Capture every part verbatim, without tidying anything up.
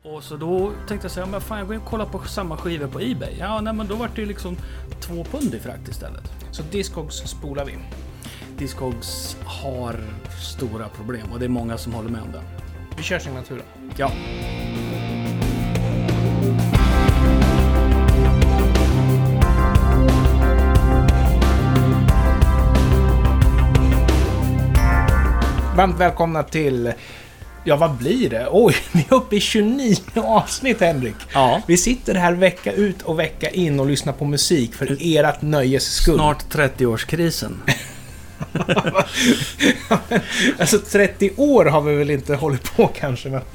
Och så då tänkte jag säga, men fan jag går in och kollar på samma skivor på eBay. Ja, nej, men då var det ju liksom två pund i frakt istället. Så Discogs spolar vi. Discogs har stora problem och det är många som håller med om det. Vi kör signatura. Ja. Varmt välkomna till... Ja, vad blir det? Oj, vi är uppe i tjugonio avsnitt, Henrik. Ja. Vi sitter här vecka ut och vecka in och lyssnar på musik för ert nöjes skull. Snart trettio-årskrisen. Alltså trettio år har vi väl inte hållit på kanske? Men...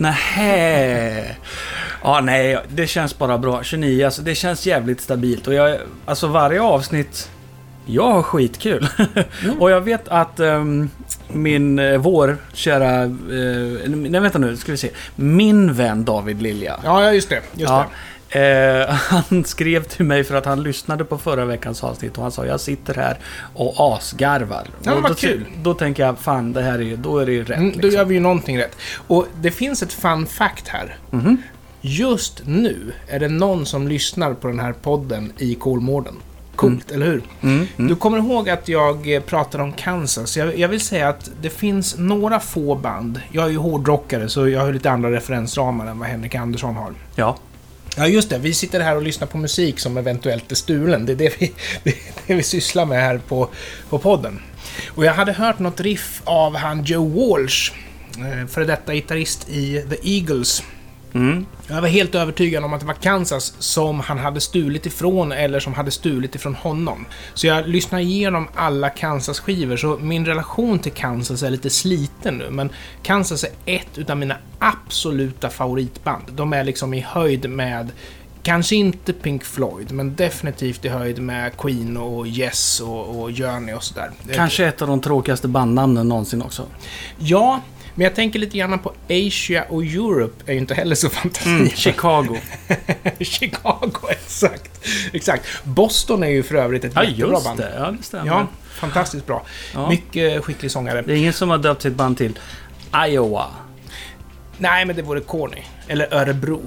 Nej. Ja, nej, det känns bara bra. tjugonio, alltså det känns jävligt stabilt. Och jag, alltså varje avsnitt, jag har skitkul. Mm. Och jag vet att um, min, uh, vår kära, uh, nej vänta nu, ska vi se. Min vän David Lilja. Ja, just det. Just ja. det. Eh, han skrev till mig för att han lyssnade på förra veckans avsnitt och han sa, jag sitter här och asgarvar. Ja, och vad då, kul. Då tänker jag, fan, det här är ju, då är det ju rätt. Mm, liksom. Då gör vi ju någonting rätt. Och det finns ett fun fact här. Mm-hmm. Just nu är det någon som lyssnar på den här podden i Kolmården. Coolt, mm. eller hur? Mm, mm. Du kommer ihåg att jag pratade om Kansas. Jag, jag vill säga att det finns några få band. Jag är ju hårdrockare så jag har lite andra referensramar än vad Henrik Andersson har. Ja. Ja, just det. Vi sitter här och lyssnar på musik som eventuellt är stulen. Det är det vi, det är det vi sysslar med här på, på podden. Och jag hade hört något riff av han Joe Walsh, för detta gitarrist i The Eagles. Mm. Jag var helt övertygad om att det var Kansas som han hade stulit ifrån eller som hade stulit ifrån honom. Så jag lyssnar igenom alla Kansas-skivor, så min relation till Kansas är lite sliten nu. Men Kansas är ett utav mina absoluta favoritband. De är liksom i höjd med, kanske inte Pink Floyd, men definitivt i höjd med Queen och Yes och, och Journey och sådär. Kanske ett av de tråkigaste bandnamnen någonsin också. Ja, men jag tänker lite grann på Asia och Europe är ju inte heller så fantastiskt. Mm, Chicago. Chicago, exakt. Exakt. Boston är ju för övrigt ett ja, jättebra just band. Det. Ja, det stämmer. Ja, fantastiskt bra. Ja. Mycket skicklig sångare. Det är ingen som har döpt sitt band till Iowa. Nej, men det vore Corny. Eller Örebro.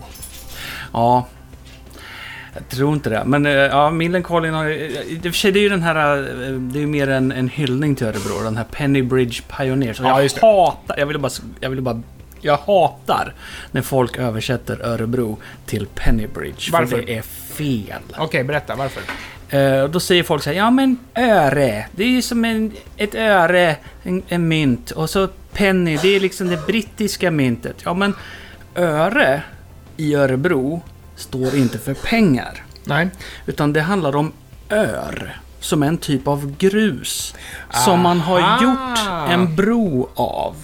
Ja. Jag tror inte det. Men ja, Millencolin har i och för sig, det är ju den här, det är ju mer en, en hyllning till Örebro, den här Pennybridge Pioneers. Ja, jag just det. hatar, jag vill bara jag vill bara jag hatar när folk översätter Örebro till Pennybridge. Varför? För det är fel. Okej, okay, berätta varför. Uh, då säger folk så här, ja men öre, det är ju som en, ett öre, en, en mynt. Och så penny, det är liksom det brittiska myntet. Ja men öre i Örebro står inte för pengar. Nej. Utan det handlar om ör, som en typ av grus. Aha. Som man har gjort en bro av.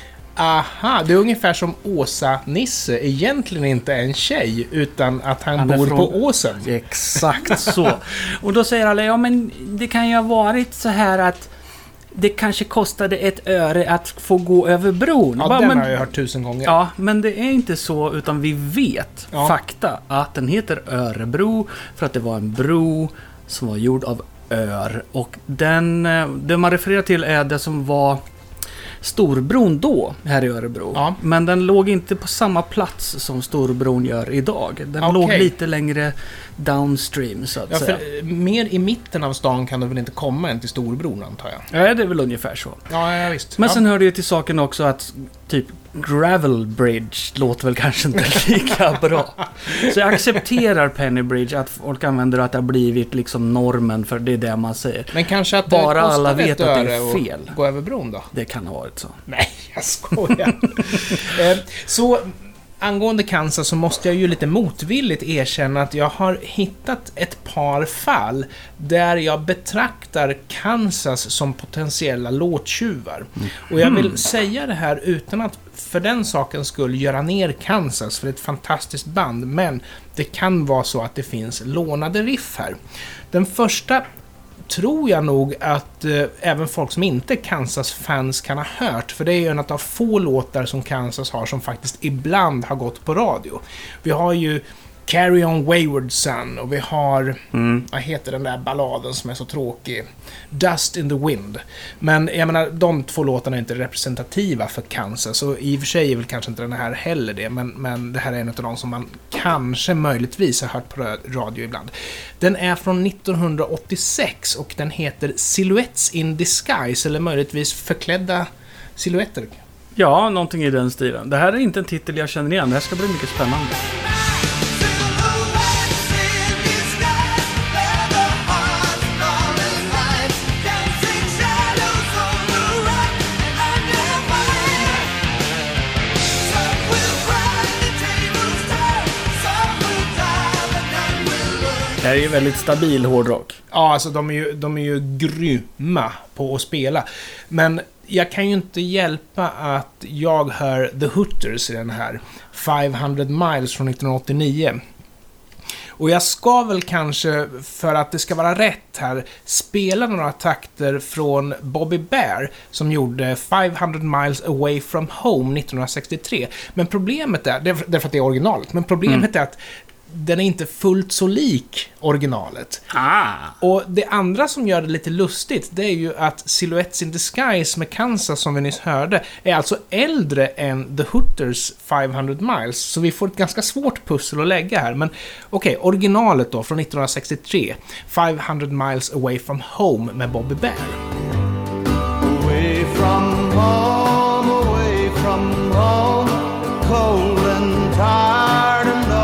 Aha, det är ungefär som Åsa-Nisse egentligen inte är en tjej, utan att han, han bor från... på åsen. Exakt så. Och då säger alla, ja men det kan ju ha varit så här att det kanske kostade ett öre att få gå över bron. Ja, Bara, den men, har jag hört tusen gånger. Ja, men det är inte så, utan vi vet ja. fakta att den heter Örebro för att det var en bro som var gjord av ör. Och den, det man refererar till är det som var Storbron då, här i Örebro. Ja. Men den låg inte på samma plats som Storbron gör idag. Den okay. låg lite längre downstream, så att ja, säga. För mer i mitten av stan kan det väl inte komma än till Storbron, antar jag? Ja, det är väl ungefär så. Ja, ja visst. Men ja. sen hör det ju till saken också att typ Gravel Bridge låter väl kanske inte lika bra. Så jag accepterar Pennybridge, att folk använder att det har blivit liksom normen, för det är det man säger. Men kanske att bara alla vet att det är fel. Gå över bron då? Det kan ha varit så. Nej, jag skojar. eh, så angående Kansas så måste jag ju lite motvilligt erkänna att jag har hittat ett par fall där jag betraktar Kansas som potentiella låttjuvar. Mm. Och jag vill säga det här utan att för den saken skulle göra ner Kansas, för det är ett fantastiskt band, men det kan vara så att det finns lånade riff här. Den första tror jag nog att eh, även folk som inte är Kansas-fans kan ha hört, för det är ju en av få låtar som Kansas har som faktiskt ibland har gått på radio. Vi har ju Carry On Wayward Son, och vi har, Mm. vad heter den där balladen som är så tråkig? Dust in the Wind. Men jag menar, de två låtarna är inte representativa för Kansas, så i och för sig är väl kanske inte den här heller det, men, men det här är en av de som man kanske möjligtvis har hört på radio ibland. Den är från nittonhundraåttiosex och den heter Silhouettes in Disguise, eller möjligtvis förklädda silhuetter. Ja, någonting i den stilen. Det här är inte en titel jag känner igen. Det här ska bli mycket spännande. Det här är ju väldigt stabil hårdrock. Ja, alltså de är ju, de är ju grymma på att spela. Men jag kan ju inte hjälpa att jag hör The Hooters i den här femhundra miles från nittonhundraåttionio. Och jag ska väl kanske, för att det ska vara rätt här, spela några takter från Bobby Bare som gjorde femhundra miles away from home nittonhundrasextiotre. Men problemet är, därför att det är originalet, men problemet mm. är att den är inte fullt så lik originalet. Ah. Och det andra som gör det lite lustigt, det är ju att Silhouettes in Disguise med Kansas, som vi nyss hörde, är alltså äldre än The Hooters femhundra miles. Så vi får ett ganska svårt pussel att lägga här. Men okej, okay, originalet då från nittonhundrasextiotre, femhundra miles away from home med Bobby Bare. Away from home, away from home, cold and tired and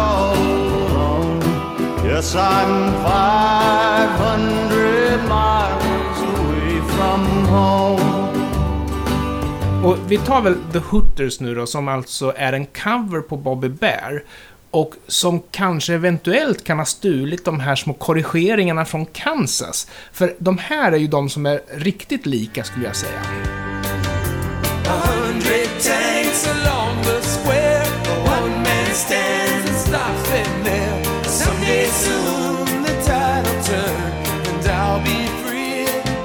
yes, I'm five hundred miles away from home. Och vi tar väl The Hooters nu då, som alltså är en cover på Bobby Bare och som kanske eventuellt kan ha stulit de här små korrigeringarna från Kansas. För de här är ju de som är riktigt lika, skulle jag säga. A hundred tanks along the square, one man stands and stops in there. Someday soon the tide will turn and I'll be free.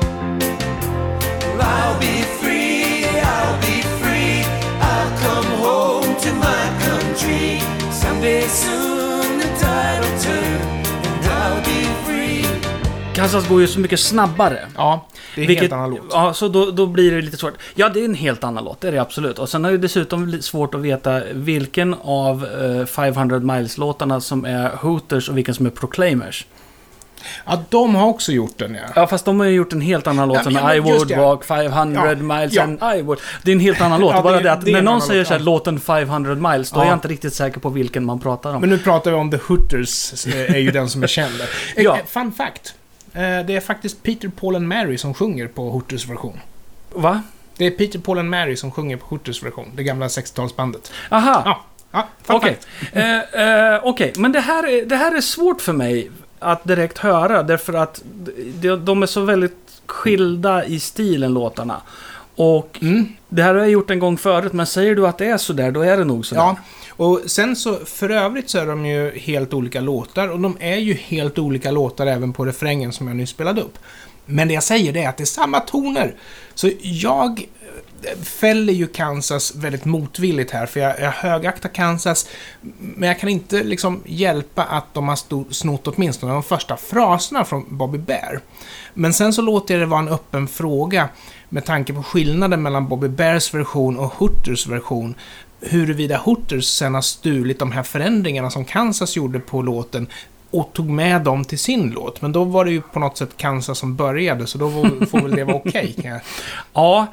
I'll be free, I'll be free. I'll come home to my country. Someday soon the tide will turn and I'll be free. Kansas går ju så mycket snabbare. Ja, det är en Vilket, helt annan låt. Ja, så då, då blir det lite svårt. Ja, det är en helt annan låt, det är det absolut. Och sen är det dessutom svårt att veta vilken av uh, femhundra miles-låtarna som är Hooters och vilken som är Proclaimers. Ja, de har också gjort den, ja. Ja, fast de har ju gjort en helt annan låt, Ja, som ja, I would det. walk femhundra Ja, miles ja. and I would. Det är en helt annan låt. Ja, Bara det- det att det är när en någon annan säger låt, så här, ja. låten femhundra miles, då Ja. är jag inte riktigt säker på vilken man pratar om. Men nu pratar vi om The Hooters, är ju den som är känd. Eh, Ja. Fun fact. Eh, Det är faktiskt Peter, Paul and Mary som sjunger på Hooters version. Va? Det är Peter, Paul and Mary som sjunger på Hooters version. Det gamla sextiotalsbandet. Aha. Ja, ja fun Okej, fact. eh, eh, okej. Men det här, är, det här är svårt för mig att direkt höra, därför att de, de är så väldigt skilda i stilen, låtarna. Och Mm. det här har jag gjort en gång förut, men säger du att det är så där, då är det nog så där. Ja, och sen så för övrigt så är de ju helt olika låtar, och de är ju helt olika låtar även på refrängen som jag nyss spelade upp. Men det jag säger det är att det är samma toner. Så jag fäller ju Kansas väldigt motvilligt här, för jag, jag högaktar Kansas, men jag kan inte liksom hjälpa att de har sto- snott åtminstone de första fraserna från Bobby Bare. Men sen så låter jag det vara en öppen fråga med tanke på skillnaden mellan Bobby Bares version och Hooters version, huruvida Hooters sen har stulit de här förändringarna som Kansas gjorde på låten och tog med dem till sin låt. Men då var det ju på något sätt Kansas som började, så då var, får väl det vara okej. Okay. Ja,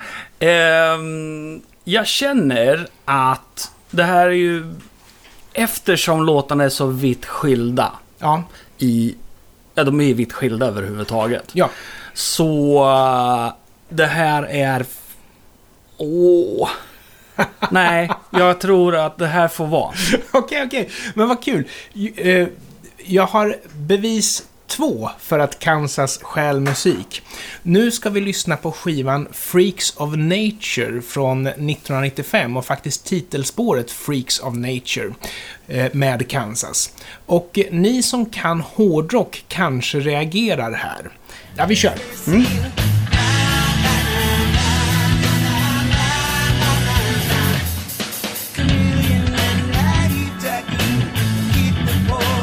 ehm, jag känner att det här är ju, eftersom låtarna är så vitt skilda Ja, i, ja, de är ju vitt skilda överhuvudtaget. ja. Så uh, det här är... f- Åh... Nej, jag tror att det här får vara. Okej, okej. Men vad kul. Ju- eh, Jag har bevis två för att Kansas stjäl musik. Nu ska vi lyssna på skivan Freaks of Nature från nittonhundranittiofem, och faktiskt titelspåret Freaks of Nature eh, med Kansas. Och eh, ni som kan hårdrock kanske reagerar här. Ja, vi kör. Mm. Keep the boy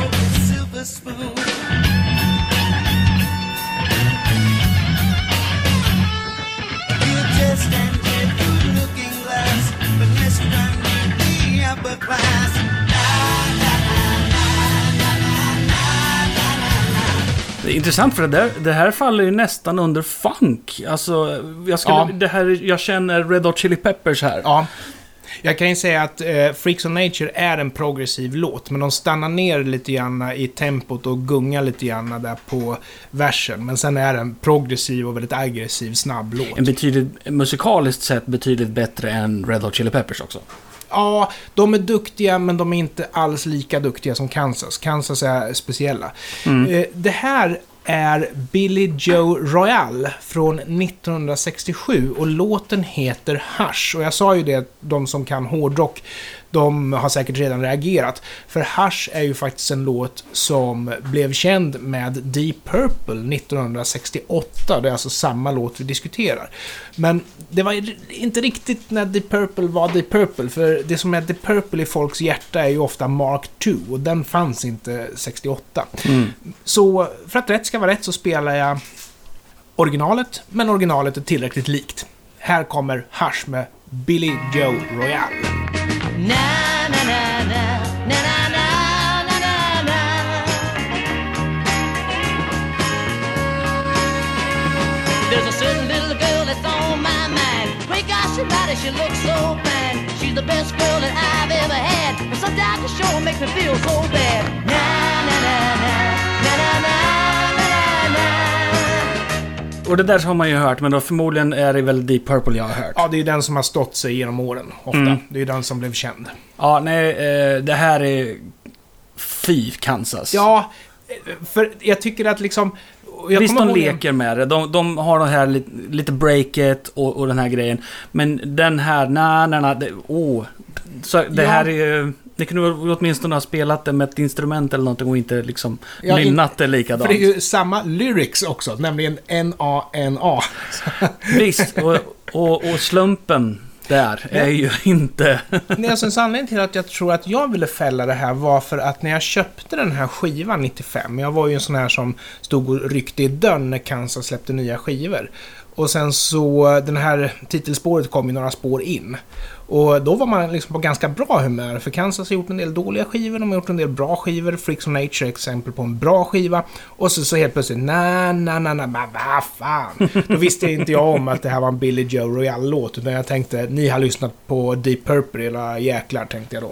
intressant för det där, det här faller ju nästan under funk. Alltså, jag, skulle, Ja. det här, jag känner Red Hot Chili Peppers här. Ja. Jag kan ju säga att eh, Freaks of Nature är en progressiv låt, men de stannar ner lite grann i tempot och gungar lite grann där på versen. Men sen är den progressiv och väldigt aggressiv, snabb låt. En betydligt, musikaliskt sett betydligt bättre än Red Hot Chili Peppers också. Ja, de är duktiga, men de är inte alls lika duktiga som Kansas. Kansas är speciella. Mm. Eh, det här är Billy Joe Royale från nittonhundrasextiosju och låten heter Hush. Och jag sa ju det att de som kan hårdrock, de har säkert redan reagerat. För Hush är ju faktiskt en låt som blev känd med Deep Purple nittonhundrasextioåtta. Det är alltså samma låt vi diskuterar. Men det var inte riktigt när Deep Purple var Deep Purple. För det som är Deep Purple i folks hjärta är ju ofta Mark två. Och den fanns inte sextioåtta. Mm. Så för att rätt ska vara rätt så spelar jag originalet. Men originalet är tillräckligt likt. Här kommer Hush med Billy Joe Royale. Na na na na na na na na na na. There's a certain little girl that's on my mind. Great gosh, she body, she looks so fine. She's the best girl that I've ever had. And sometimes the show makes me feel so bad. Na na na na na na na na na. Och det där har man ju hört, men då förmodligen är det väl Deep Purple jag har hört. Ja, det är ju den som har stått sig genom åren, ofta. Mm. Det är ju den som blev känd. Ja, nej, eh, det här är fy Kansas. Ja, för jag tycker att liksom... Jag Visst, kommer de ihåg- leker med det. De, de har det här lite, lite breaket och, och den här grejen. Men den här, na na na, det, oh. Så det Ja. här är ju... Ni kunde väl åtminstone ha spelat det med ett instrument eller någonting och inte liksom Ja, nynnat det För likadant. det är ju samma lyrics också, nämligen N A N A. Visst, och, och, och slumpen där är ju inte... Nelsons anledning till att jag tror att jag ville fälla det här var för att när jag köpte den här skivan nittiofem, jag var ju en sån här som stod och ryckte i dörren när Kansas släppte nya skivor. Och sen så, den här titelspåret kom ju några spår in. Och då var man liksom på ganska bra humör, för Kansas har gjort en del dåliga skivor, de har gjort en del bra skivor. Freaks of Nature är exempel på en bra skiva. Och så, så helt plötsligt, na na na na, men vad fan. Då visste inte jag om att det här var en Billy Joe Royale-låt, utan jag tänkte, ni har lyssnat på Deep Purple, era jäklar, tänkte jag då.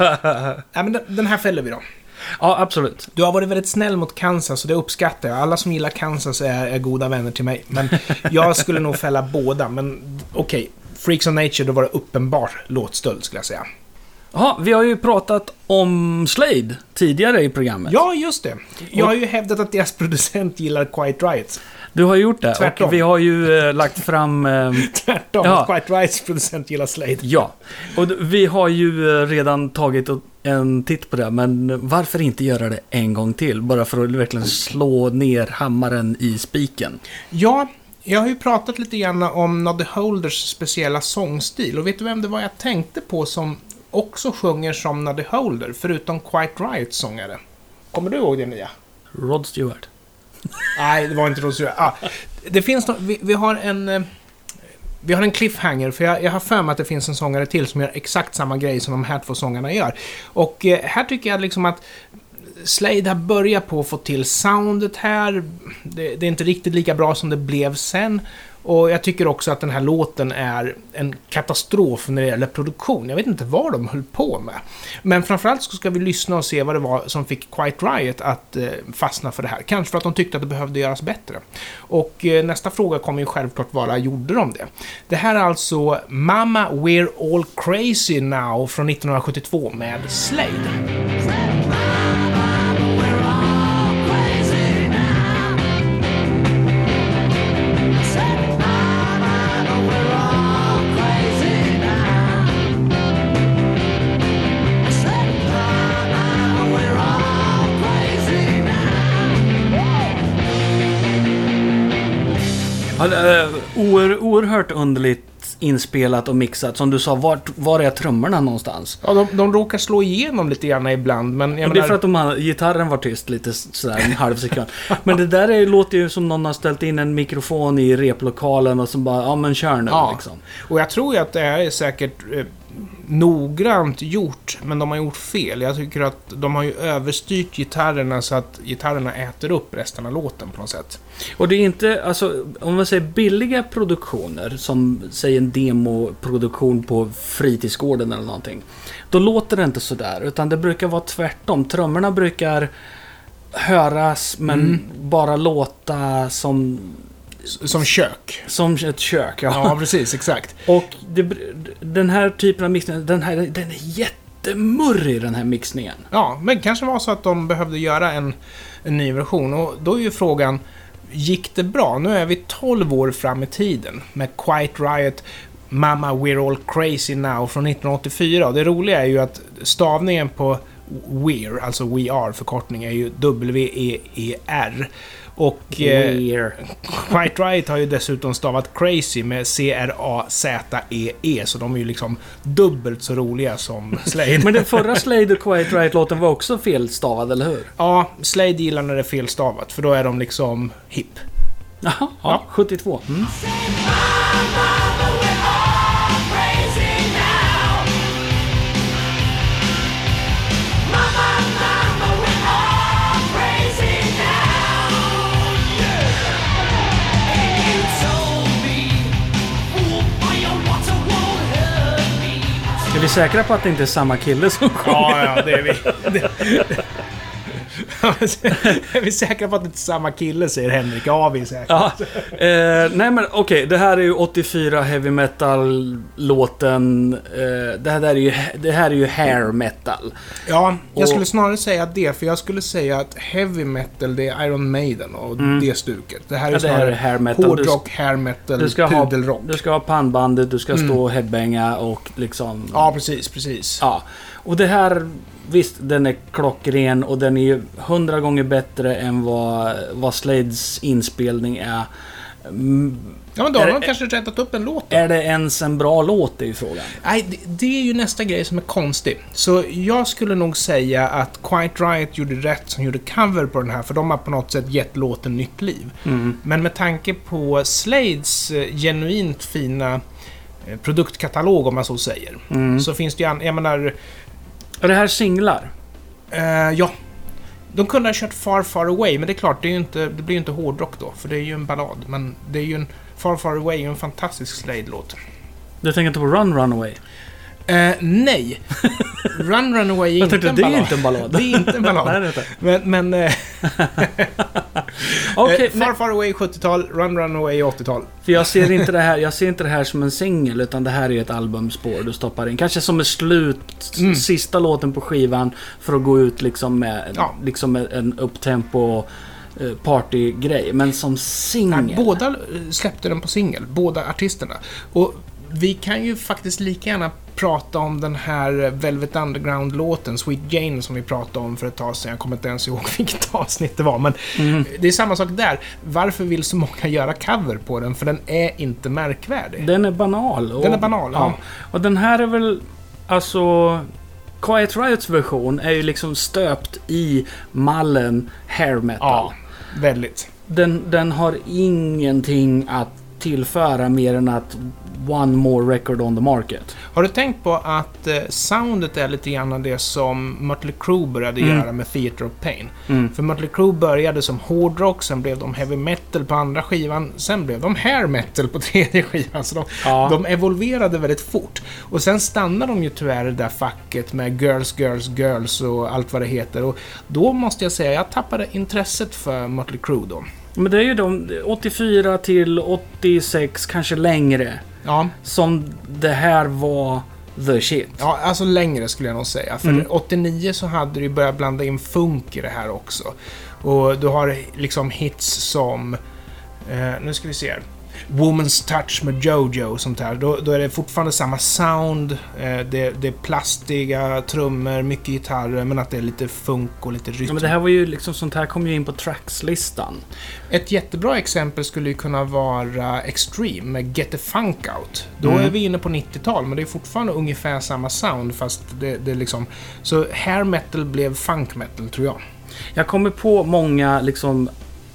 Ja, men den, den här fäller vi då. Ja, absolut. Du har varit väldigt snäll mot Kansas och det uppskattar jag. Alla som gillar Kansas är, är goda vänner till mig. Men jag skulle nog fälla båda. Men okej, okay. Freaks of Nature, då var det uppenbar låtstöld skulle jag säga. Ja, vi har ju pratat om Slade tidigare i programmet. Ja, just det. Jag har ju hävdat att deras producent gillar Quiet Riot. Du har gjort det. Tvärtom. Och vi har ju eh, lagt fram... Eh, Tvärtom, Ja. att Quiet Riots producent gillar Slade. ja, och d- vi har ju eh, redan tagit en titt på det. Men varför inte göra det en gång till? Bara för att verkligen slå ner hammaren i spiken. Ja, jag har ju pratat lite grann om Noddy Holders speciella sångstil. Och vet du vem det var jag tänkte på som också sjunger som Noddy Holder, förutom Quiet Riots sångare? Kommer du ihåg det, Nia? Rod Stewart. Nej, det var inte Rod Stewart. Ah, det finns no- vi, vi har en... eh, Vi har en cliffhanger, för jag, jag har för mig att det finns en sångare till som gör exakt samma grej som de här två sångarna gör. Och eh, här tycker jag liksom att Slade har börjat på att få till soundet här. Det, det är inte riktigt lika bra som det blev sen. Och jag tycker också att den här låten är en katastrof när det gäller produktion. Jag vet inte vad de höll på med. Men framförallt så ska vi lyssna och se vad det var som fick Quiet Riot att eh, fastna för det här. Kanske för att de tyckte att det behövde göras bättre. Och eh, nästa fråga kommer ju självklart vara, gjorde de det? Det här är alltså Mama We're All Crazy Now från nittonhundrasjuttiotvå med Slade. Ja, eh, oer, oerhört underligt inspelat och mixat. Som du sa, var, var är trummorna någonstans? Ja, de, de råkar slå igenom lite grann ibland, men jag Och det är för att de har, gitarren var tyst lite sådär en halv sekund. Men det där är, låter ju som någon har ställt in en mikrofon i replokalen och så bara, ja men kör nu Ja. liksom. Och jag tror ju att det här är säkert eh, noggrant gjort, men de har gjort fel. Jag tycker att de har ju överstyrt gitarrerna så att gitarrerna äter upp resten av låten på något sätt. Och det är inte, alltså, om man säger billiga produktioner, som säger en demoproduktion på fritidsgården eller någonting, då låter det inte så där, utan det brukar vara tvärtom. Trummorna brukar höras, men mm. bara låta som... Som kök. Som ett kök, ja. Ja, precis, exakt. Och det, den här typen av mixning, den, här, den är jättemurrig, den här mixningen. Ja, men kanske var så att de behövde göra en, en ny version. Och då är ju frågan, gick det bra? Nu är vi tolv år fram i tiden med Quiet Riot, Mama We're All Crazy Now från nittonhundraåttiofyra. Och det roliga är ju att stavningen på We're, alltså We Are förkortning, är ju W E E R. Och eh, Quiet Riot har ju dessutom stavat Crazy med C R A Z E E, så de är ju liksom dubbelt så roliga som Slade. Men den förra Slade och Quiet Riot-låten var också felstavad, eller hur? Ja, Slade gillar när det är felstavat, för då är de liksom hip. Jaha, ja, ja. sjuttiotvå. Mm. Är vi säkra på att det inte är samma kille som sjunger? Ja, ja, det är vi. Är vi säkra på att det inte är samma kille, säger Henrik. Ja, vi är säkra. Ja. Eh, nej men okej, okay, det här är ju åttiofyra heavy metal-låten. Eh, det, här är ju, det här är ju hair metal. Ja, jag och, skulle snarare säga det, för jag skulle säga att heavy metal, det är Iron Maiden och mm. det stuket. Det här är ja, snarare är hair metal. hårdrock, hair metal, du ska pudelrock. Ha, du ska ha pannbandet, du ska mm. stå och headbanga och liksom... Ja, precis, precis. Ja, och det här... Visst, den är klockren och den är ju hundra gånger bättre än vad, vad Slades inspelning är. Mm, ja, men då har är de det, kanske rättat upp en låt då. Är det ens en bra låt, det är ju frågan. Nej, det, det är ju nästa grej som är konstig. Så jag skulle nog säga att Quiet Riot gjorde rätt som gjorde cover på den här, för de har på något sätt gett låten nytt liv. Mm. Men med tanke på Slades eh, genuint fina eh, produktkatalog, om man så säger, mm. så finns det ju, jag menar... Är det här singlar? Uh, ja. De kunde ha kört Far Far Away, men det är klart, det, är ju inte, det blir ju inte hårdrock då, för det är ju en ballad. Men det är ju en, Far Far Away är ju en fantastisk Slade-låt. Du tänker inte på Run Run Away? Uh, nej. Run Run Away är, inte, en det är inte en ballad. Det är inte en ballad. Nej, det är inte. Men... men uh, okay, uh, Far Far Away sjuttiotal, Run Run Away åttiotal. För jag ser inte det här, jag ser inte det här som en singel, utan det här är ett albumspår du stoppar in. Kanske som är slut, mm. sista låten på skivan, för att gå ut liksom med, ja. liksom med en upptempo partygrej. Men som singel. Båda släppte den på singel, båda artisterna. Och vi kan ju faktiskt lika gärna prata om den här Velvet Underground-låten, Sweet Jane, som vi pratade om för ett tag sedan. Jag kommer inte ens ihåg vilket avsnitt det var, men mm. det är samma sak där. Varför vill så många göra cover på den? För den är inte märkvärdig. Den är banal. Och, den är banal, ja. ja. Och den här är väl, alltså... Quiet Riots version är ju liksom stöpt i mallen hair metal. Ja, väldigt. Den, den har ingenting att tillföra mer än att one more record on the market. Har du tänkt på att eh, soundet är lite grann det som Mötley Crüe började mm. göra med Theater of Pain? Mm. För Mötley Crüe började som hårdrock, sen blev de heavy metal på andra skivan, sen blev de hair metal på tredje skivan. Så de, ja. de evolverade väldigt fort. Och sen stannade de ju tyvärr det där facket med girls, girls, girls och allt vad det heter. Och då måste jag säga, jag tappade intresset för Mötley Crüe då. Men det är ju de åttiofyra till åttiosex, kanske längre. Ja. Som det här var the shit. Ja, alltså längre skulle jag nog säga. För mm. åttionio så hade du börjat blanda in funk i det här också. Och du har liksom hits som... Eh, nu ska vi se här. Woman's Touch med Jojo och sånt här. Då, då är det fortfarande samma sound. Eh, det, det är plastiga trummor, mycket gitarrer, men att det är lite funk och lite rytm. Ja, men det här var ju liksom, sånt här kom ju in på trackslistan. Ett jättebra exempel skulle ju kunna vara Extreme med Get the Funk Out. Då mm. är vi inne på nittiotal, men det är fortfarande ungefär samma sound, fast det, det är liksom... Så hair metal blev funk metal, tror jag. Jag kommer på många liksom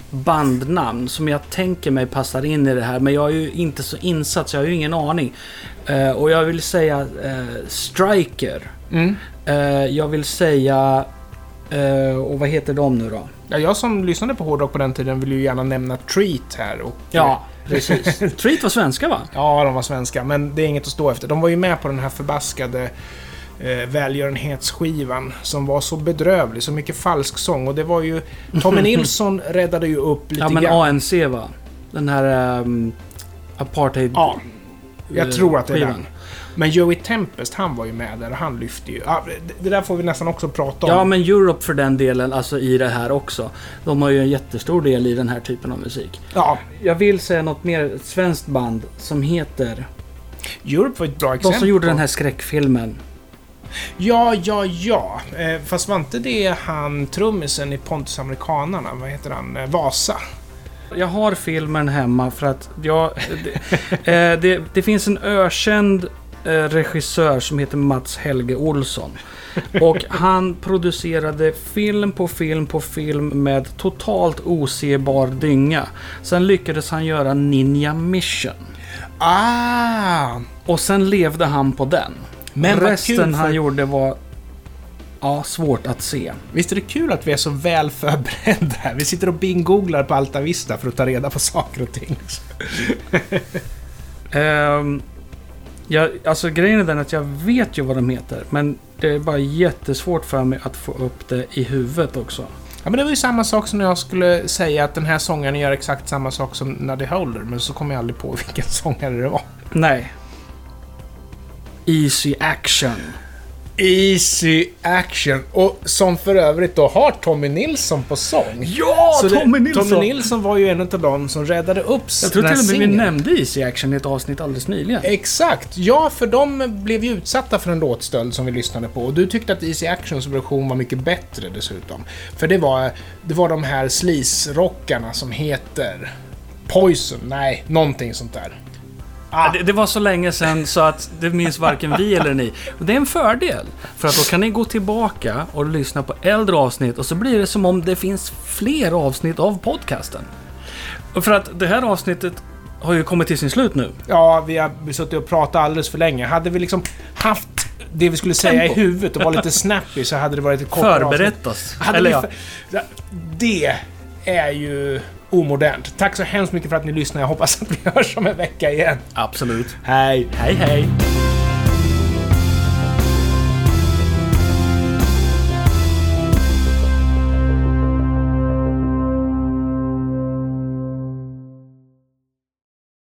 bandnamn som jag tänker mig passar in i det här. Men jag är ju inte så insatt så jag har ju ingen aning. Uh, och jag vill säga uh, Striker. Mm. Uh, jag vill säga... Uh, och vad heter de nu då? Ja, jag som lyssnade på hårdrock på den tiden vill ju gärna nämna Treat här. Och, Ja, precis. Treat var svenska, va? Ja, de var svenska, men det är inget att stå efter. De var ju med på den här förbaskade eh, välgörenhetsskivan som var så bedrövlig, så mycket falsk sång. Och det var ju... Tommy Nilsson räddade ju upp lite Ja, men grann. A N C, va? Den här um, apartheid... Ja, jag tror att det är skivan. den. Men Joey Tempest, han var ju med där och han lyfte ju... Ja, det, det där får vi nästan också prata om. Ja, men Europe för den delen, alltså i det här också. De har ju en jättestor del i den här typen av musik. Ja, Jag vill säga något mer, ett svenskt band som heter... Europe var ett bra De exempel. som gjorde den här skräckfilmen. Ja, ja, ja. Eh, fast var inte det han trummisen i Pontus Amerikanarna? Vad heter han? Eh, Vasa. Jag har filmen hemma för att jag... Det, eh, det, det finns en ökänd eh, regissör som heter Mats Helge Olsson. Och han producerade film på film på film med totalt osebar dynga. Sen lyckades han göra Ninja Mission. Ah! Och sen levde han på den. Men vad resten kul för- han gjorde var ja, svårt att se. Visst är det kul att vi är så väl förberedda här? Vi sitter och binggooglar på Alta Vista för att ta reda på saker och ting. Um, jag, alltså grejen är den att jag vet ju vad de heter. Men det är bara jättesvårt för mig att få upp det i huvudet också. Ja, men det var ju samma sak som när jag skulle säga att den här sångaren gör exakt samma sak som Nuddy Holder. Men så kom jag aldrig på vilken sångare det var. Nej. Easy Action. Easy Action. Och som för övrigt då har Tommy Nilsson på sång. Ja, Så det- Tommy Nilsson! Tommy Nilsson var ju en av dem som räddade upp Jag tror den här till och med vi singeln. nämnde Easy Action i ett avsnitt alldeles nyligen. Exakt, ja, för de blev ju utsatta för en låtstöld som vi lyssnade på. Och du tyckte att Easy Actions version var mycket bättre dessutom. För det var, det var de här sleaze-rockarna som heter Poison, nej, någonting sånt där. Ja, det, det var så länge sedan så att det minns varken vi eller ni. Och det är en fördel. För att då kan ni gå tillbaka och lyssna på äldre avsnitt. Och så blir det som om det finns fler avsnitt av podcasten. Och för att det här avsnittet har ju kommit till sin slut nu. Ja, vi har suttit och pratat alldeles för länge. Hade vi liksom haft det vi skulle säga Tempo. i huvudet och var lite snappy så hade det varit ett kortare Förberett oss. avsnitt. Hade Eller vi ja. för... Det är ju omodernt. Tack så hemskt mycket för att ni lyssnar. Jag hoppas att vi hörs om en vecka igen. Absolut. Hej! Hej hej.